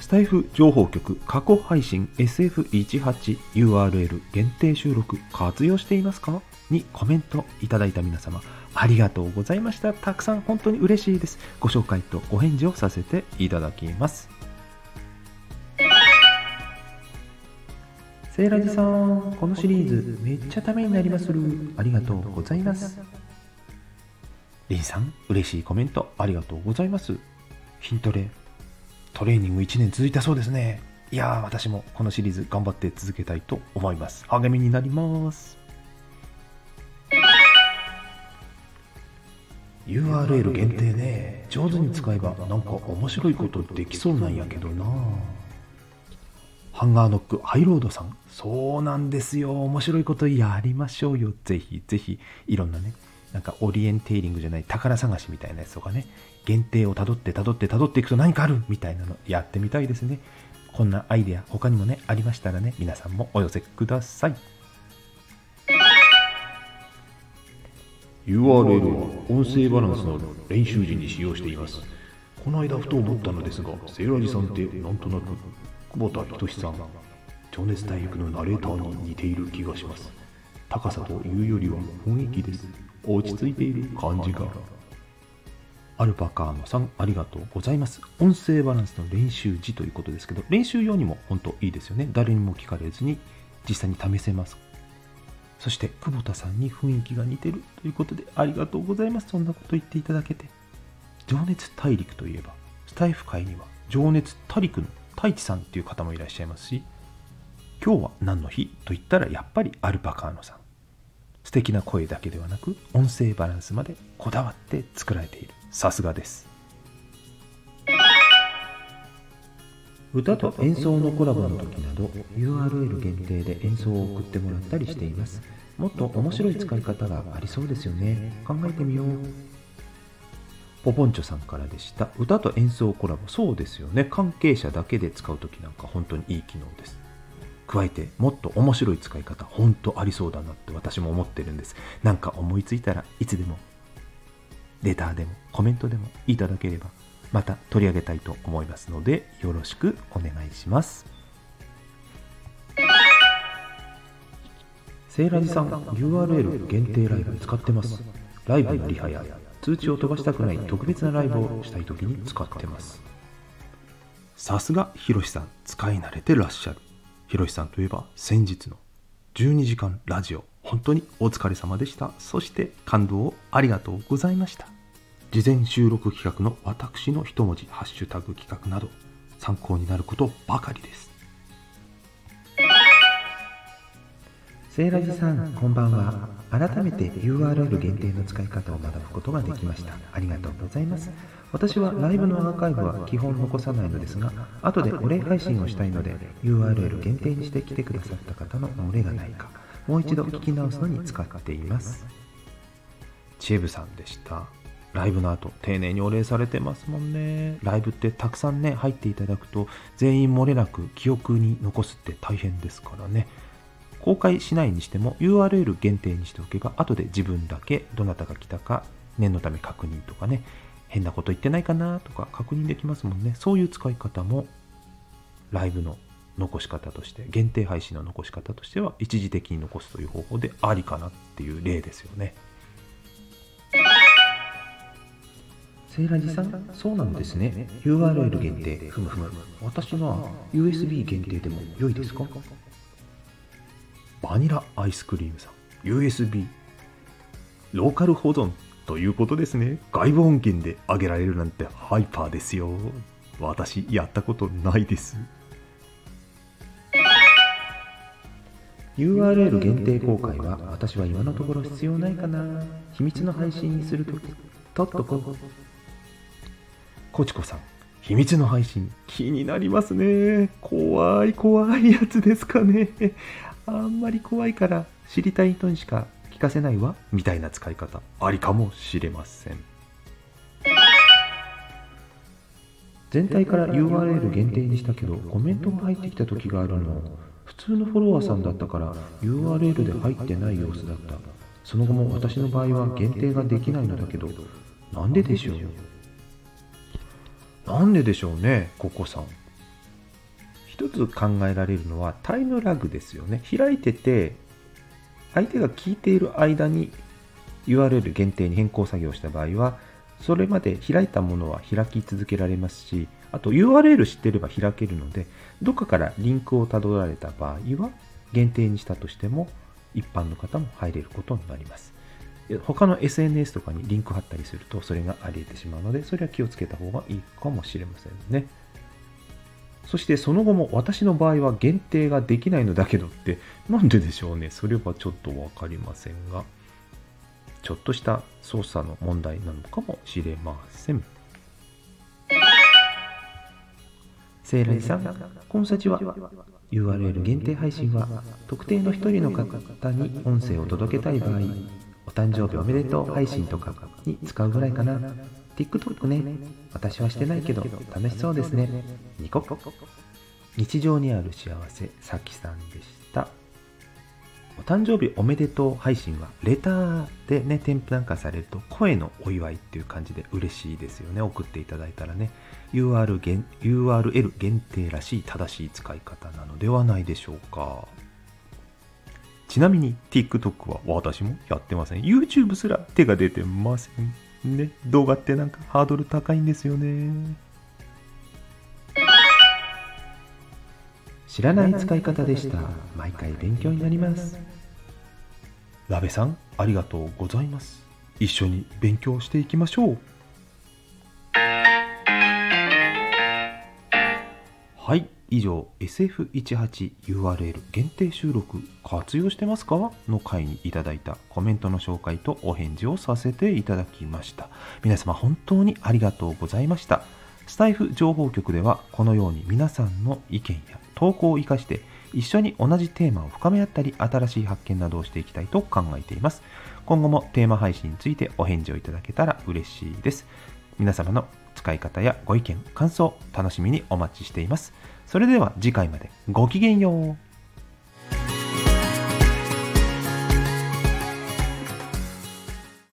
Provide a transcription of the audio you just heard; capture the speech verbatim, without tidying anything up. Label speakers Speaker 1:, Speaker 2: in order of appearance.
Speaker 1: スタイフ情報局過去配信 エスエフじゅうはち ユーアールエル 限定収録活用していますかにコメントいただいた皆様ありがとうございました。たくさん本当に嬉しいです。ご紹介とご返事をさせていただきます。セイラジさん、このシリーズめっちゃためになりまする。ありがとうございます。リンさん、嬉しいコメントありがとうございます。筋トレトレーニングいちねん続いたそうですね。いやー、私もこのシリーズ頑張って続けたいと思います。励みになります。 ユーアールエル 限定ね、上手に使えばなんか面白いことできそうなんやけどな。ハンガーノックハイロードさん、そうなんですよ。面白いことやりましょうよ。ぜひぜひ。いろんなね、なんかオリエンテーリングじゃない宝探しみたいなやつとかね、限定をたどってたどってたどっていくと何かあるみたいなのやってみたいですね。こんなアイデア他にもねありましたらね、皆さんもお寄せください。
Speaker 2: ユーアールエル は音声バランスの練習時に使用しています。この間ふと思ったのですが、セイラジさんってなんとなく久保田仁さん、情熱大陸のナレーターに似ている気がします。高さというよりは雰囲気です。落ち着いている感じが。
Speaker 1: アルパカーノさん、ありがとうございます。音声バランスの練習時ということですけど、練習用にも本当いいですよね。誰にも聞かれずに実際に試せます。そして久保田さんに雰囲気が似てるということでありがとうございます。そんなこと言っていただけて。情熱大陸といえばスタイフ界には情熱大陸の太一さんっていう方もいらっしゃいますし、今日は何の日と言ったらやっぱりアルパカーノさん。素敵な声だけではなく音声バランスまでこだわって作られている。さすがです。歌と演奏のコラボの時など ユーアールエル 限定で演奏を送ってもらったりしています。もっと面白い使い方がありそうですよね。考えてみよう。ポポンチョさんからでした。歌と演奏コラボ、そうですよね。関係者だけで使うときなんか本当にいい機能です。加えてもっと面白い使い方本当ありそうだなって私も思ってるんです。なんか思いついたらいつでもレターでもコメントでもいただければまた取り上げたいと思いますのでよろしくお願いします。セイラジさん、 ユーアールエル 限定ライブ使ってます。ライブのリハや通知を飛ばしたくない特別なライブをしたい時に使ってます。さすがひろしさん、使い慣れてらっしゃる。ひろしさんといえば先日のじゅうにじかんラジオ、本当にお疲れ様でした。そして感動をありがとうございました。事前収録企画の私の一文字ハッシュタグ企画など参考になることばかりです。セイラジさん、こんばんは。改めて ユーアールエル 限定の使い方を学ぶことができました。ありがとうございます。私はライブのアーカイブは基本残さないのですが、後でお礼配信をしたいので ユーアールエル 限定にして来てくださった方のお礼がないかもう一度聞き直すのに使っています。チエブさんでした。ライブの後丁寧にお礼されてますもんね。ライブってたくさんね入っていただくと全員漏れなく記憶に残すって大変ですからね。公開しないにしても ユーアールエル 限定にしておけば後で自分だけどなたが来たか念のため確認とかね、変なこと言ってないかなとか確認できますもんね。そういう使い方もライブの残し方として、限定配信の残し方としては一時的に残すという方法でありかなっていう例ですよね。セイラジさん、そうなんですね。 ユーアールエル 限定、ふむふむ。私のは ユーエスビー 限定でも良いですか？バニラアイスクリームさん、 ユーエスビー ローカル保存ということですね。外部音源で上げられるなんてハイパーですよ。私やったことないです。 ユーアールエル 限定公開は私は今のところ必要ないかな。秘密の配信にするときとっとこう。コチコさん、秘密の配信気になりますね。怖い怖いやつですかね。あんまり怖いから知りたい人にしか聞かせないわみたいな使い方ありかもしれません。全体から ユーアールエル 限定にしたけどコメントが入ってきた時があるの。普通のフォロワーさんだったから ユーアールエル で入ってない様子だった。その後も私の場合は限定ができないのだけど、なんででしょう。なんででしょうね、ココさん。 一つ考えられるのはタイムラグですよね。開いてて相手が聞いている間に ユーアールエル 限定に変更作業した場合は、それまで開いたものは開き続けられますし、あと ユーアールエル 知ってれば開けるので、どっかからリンクをたどられた場合は限定にしたとしても一般の方も入れることになります。他の エスエヌエス とかにリンク貼ったりするとそれがあり得てしまうので、それは気をつけた方がいいかもしれませんね。そしてその後も私の場合は限定ができないのだけどって、なんででしょうね。それはちょっとわかりませんが、ちょっとした操作の問題なのかもしれません。セイラジさん、こんさちは。ユーアールエル 限定配信は特定の一人の方に音声を届けたい場合、お誕生日おめでとう配信とかに使うぐらいかな。TikTok ね。私はしてないけど楽しそうですね。ニコッ。日常にある幸せ、さきさんでした。お誕生日おめでとう配信はレターでね、添付なんかされると声のお祝いっていう感じで嬉しいですよね。送っていただいたらね。ユーアールエル 限定らしい正しい使い方なのではないでしょうか。ちなみに TikTok は私もやってません。YouTube すら手が出てませんね。動画ってなんかハードル高いんですよね。知らない使い方でした。毎回勉強になります。ラベさん、ありがとうございます。一緒に勉強していきましょう。はい、以上 エスエフじゅうはち ユーアールエル 限定収録活用してますかの回にいただいたコメントの紹介とお返事をさせていただきました。皆様本当にありがとうございました。スタイフ情報局ではこのように皆さんの意見や投稿を生かして一緒に同じテーマを深め合ったり新しい発見などをしていきたいと考えています。今後もテーマ配信についてお返事をいただけたら嬉しいです。皆様の使い方やご意見、感想、楽しみにお待ちしています。それでは次回までごきげんよう。